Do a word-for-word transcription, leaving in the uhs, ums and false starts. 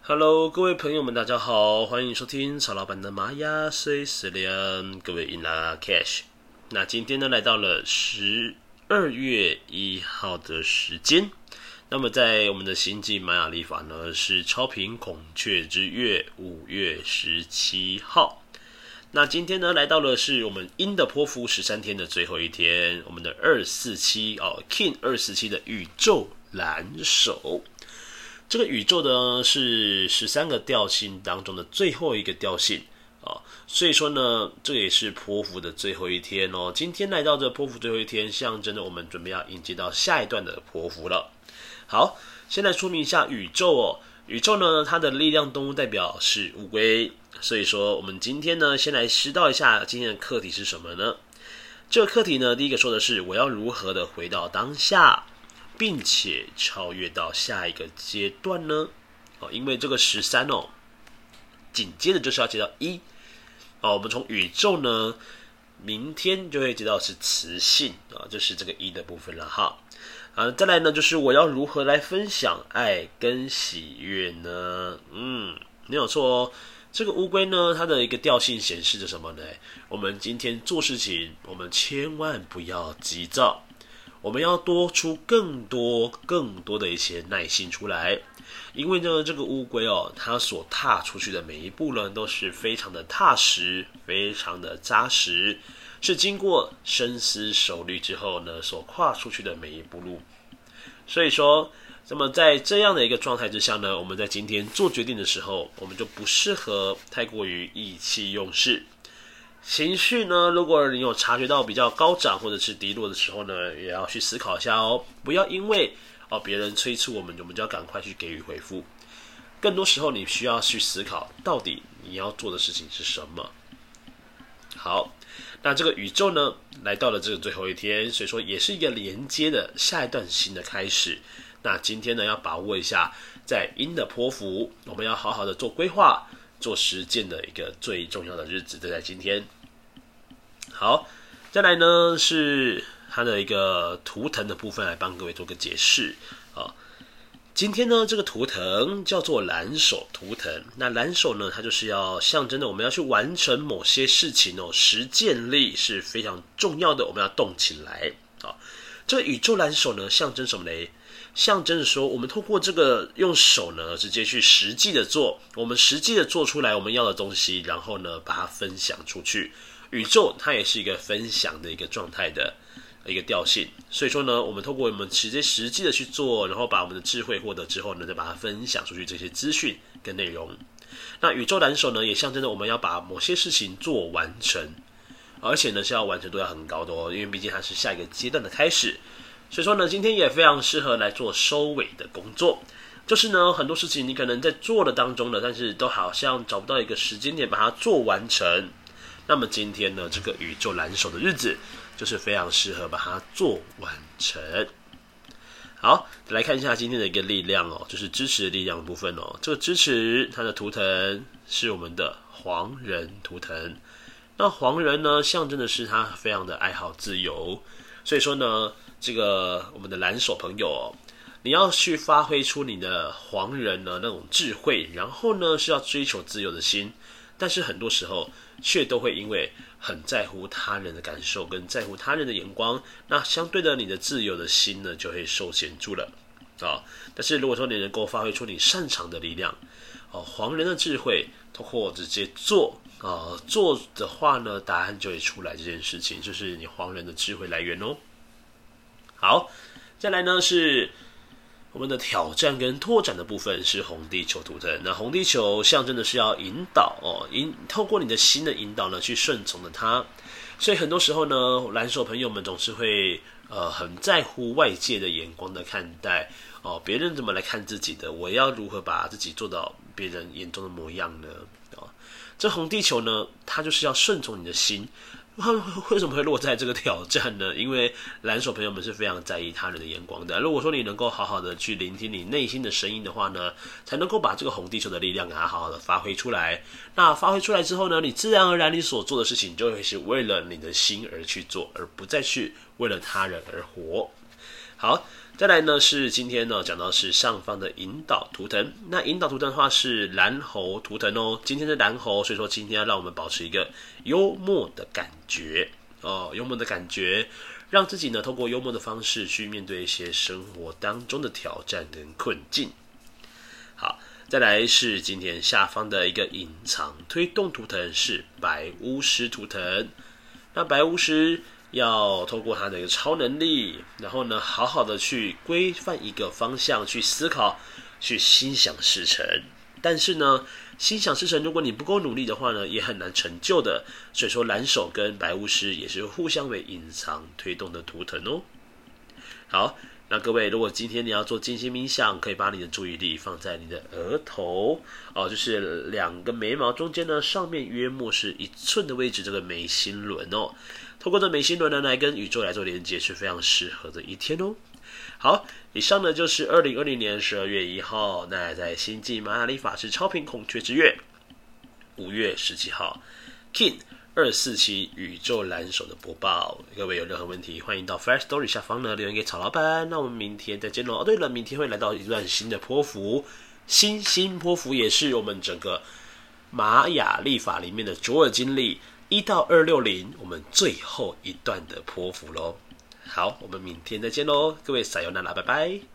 Hello， 各位朋友们，大家好，欢迎收听曹老板的玛雅碎碎念，各位 In La Cash。那今天呢，来到了十二月一号的时间。那么在我们的星际玛雅历法呢，是超频孔雀之月五月十七号。那今天呢，来到了是我们阴的波符十三天的最后一天，我们的二四七哦 ，King 二四七的宇宙蓝手。这个宇宙呢是十三个调性当中的最后一个调性啊，所以说呢，这也是波符的最后一天哦。今天来到这波符最后一天，象征着我们准备要迎接到下一段的波符了。好，先来说明一下宇宙哦。宇宙呢，它的力量动物代表是乌龟，所以说我们今天呢，先来知道一下今天的课题是什么呢？这个课题呢，第一个说的是我要如何的回到当下，并且超越到下一个阶段呢？哦，因为这个十三哦，紧接着就是要接到一哦，我们从宇宙呢，明天就会接到是磁性啊，就是这个一的部分了哈。啊，再来呢，就是我要如何来分享爱跟喜悦呢？嗯，没有错哦。这个乌龟呢，它的一个调性显示着什么呢？我们今天做事情，我们千万不要急躁。我们要多出更多更多的一些耐心出来，因为呢，这个乌龟哦，它所踏出去的每一步呢，都是非常的踏实，非常的扎实，是经过深思熟虑之后呢，所跨出去的每一步路。所以说，那么在这样的一个状态之下呢，我们在今天做决定的时候，我们就不适合太过于意气用事。情绪呢，如果你有察觉到比较高涨或者是低落的时候呢，也要去思考一下哦，不要因为哦别人催促我们，我们就要赶快去给予回复。更多时候，你需要去思考，到底你要做的事情是什么。好，那这个宇宙呢，来到了这个最后一天，所以说也是一个连接的下一段新的开始。那今天呢，要把握一下在阴的波符，我们要好好的做规划。做实践的一个最重要的日子就在今天。好，再来呢是它的一个图腾的部分，来帮各位做个解释啊。今天呢，这个图腾叫做蓝手图腾。那蓝手呢，它就是要象征的我们要去完成某些事情哦，实践力是非常重要的，我们要动起来啊。这个宇宙蓝手呢，象征什么呢？象征着说，我们透过这个用手呢，直接去实际的做，我们实际的做出来我们要的东西，然后呢，把它分享出去。宇宙它也是一个分享的一个状态的一个调性，所以说呢，我们透过我们直接实际的去做，然后把我们的智慧获得之后呢，再把它分享出去这些资讯跟内容。那宇宙蓝手呢，也象征着我们要把某些事情做完成，而且呢是要完成度要很高的哦，因为毕竟它是下一个阶段的开始。所以说呢，今天也非常适合来做收尾的工作。就是呢，很多事情你可能在做的当中呢，但是都好像找不到一个时间点把它做完成。那么今天呢，这个宇宙蓝手的日子，就是非常适合把它做完成。好，来看一下今天的一个力量哦，就是支持的力量的部分哦。这个支持它的图腾是我们的黄人图腾。那黄人呢，象征的是他非常的爱好自由，所以说呢，这个我们的蓝手朋友哦，你要去发挥出你的黄人呢那种智慧，然后呢是要追求自由的心，但是很多时候却都会因为很在乎他人的感受跟在乎他人的眼光，那相对的你的自由的心呢就会受限住了啊、哦。但是如果说你能够发挥出你擅长的力量哦，黄人的智慧，透过直接做啊、哦、做的话呢，答案就会出来。这件事情就是你黄人的智慧来源哦。好，再来呢是我们的挑战跟拓展的部分是红地球图腾。那红地球象征的是要引导哦，引透过你的心的引导呢，去顺从的它。所以很多时候呢，蓝手朋友们总是会呃很在乎外界的眼光的看待哦，别人怎么来看自己的，我要如何把自己做到别人眼中的模样呢？哦，这红地球呢，它就是要顺从你的心。为什么会落在这个挑战呢？因为蓝手朋友们是非常在意他人的眼光的。如果说你能够好好的去聆听你内心的声音的话呢，才能够把这个红地球的力量给它好好的发挥出来。那发挥出来之后呢，你自然而然你所做的事情就会是为了你的心而去做，而不再去为了他人而活。好， 再来呢是今天呢讲到是上方的引导图腾，那引导图腾的话是蓝猴图腾哦，今天是蓝猴，所以说今天要让我们保持一个幽默的感觉哦，幽默的感觉，让自己呢透过幽默的方式去面对一些生活当中的挑战跟困境。好，再来是今天下方的一个隐藏推动图腾是白巫师图腾，那白巫师要透过他的一个超能力，然后呢，好好的去规范一个方向，去思考，去心想事成。但是呢，心想事成，如果你不够努力的话呢，也很难成就的。所以说，蓝手跟白巫师也是互相为隐藏推动的图腾哦。好，那各位，如果今天你要做静心冥想，可以把你的注意力放在你的额头哦，就是两个眉毛中间呢，上面约莫是一寸的位置，这个眉心轮哦。透过这眉心轮呢，来跟宇宙来做连接，是非常适合的一天哦。好，以上呢就是二零二零年十二月一号，那在星际玛雅历法师超频孔雀之月五月十七号 King 二四七宇宙蓝手的播报。各位有任何问题，欢迎到 Fire Story 下方呢留言给曹老板。那我们明天再见喽。哦，对了，明天会来到一段新的波符，新兴波符也是我们整个玛雅历法里面的卓尔金历一到二六零，我们最后一段的波符咯。好，我们明天再见咯，各位撒由那拉，拜拜。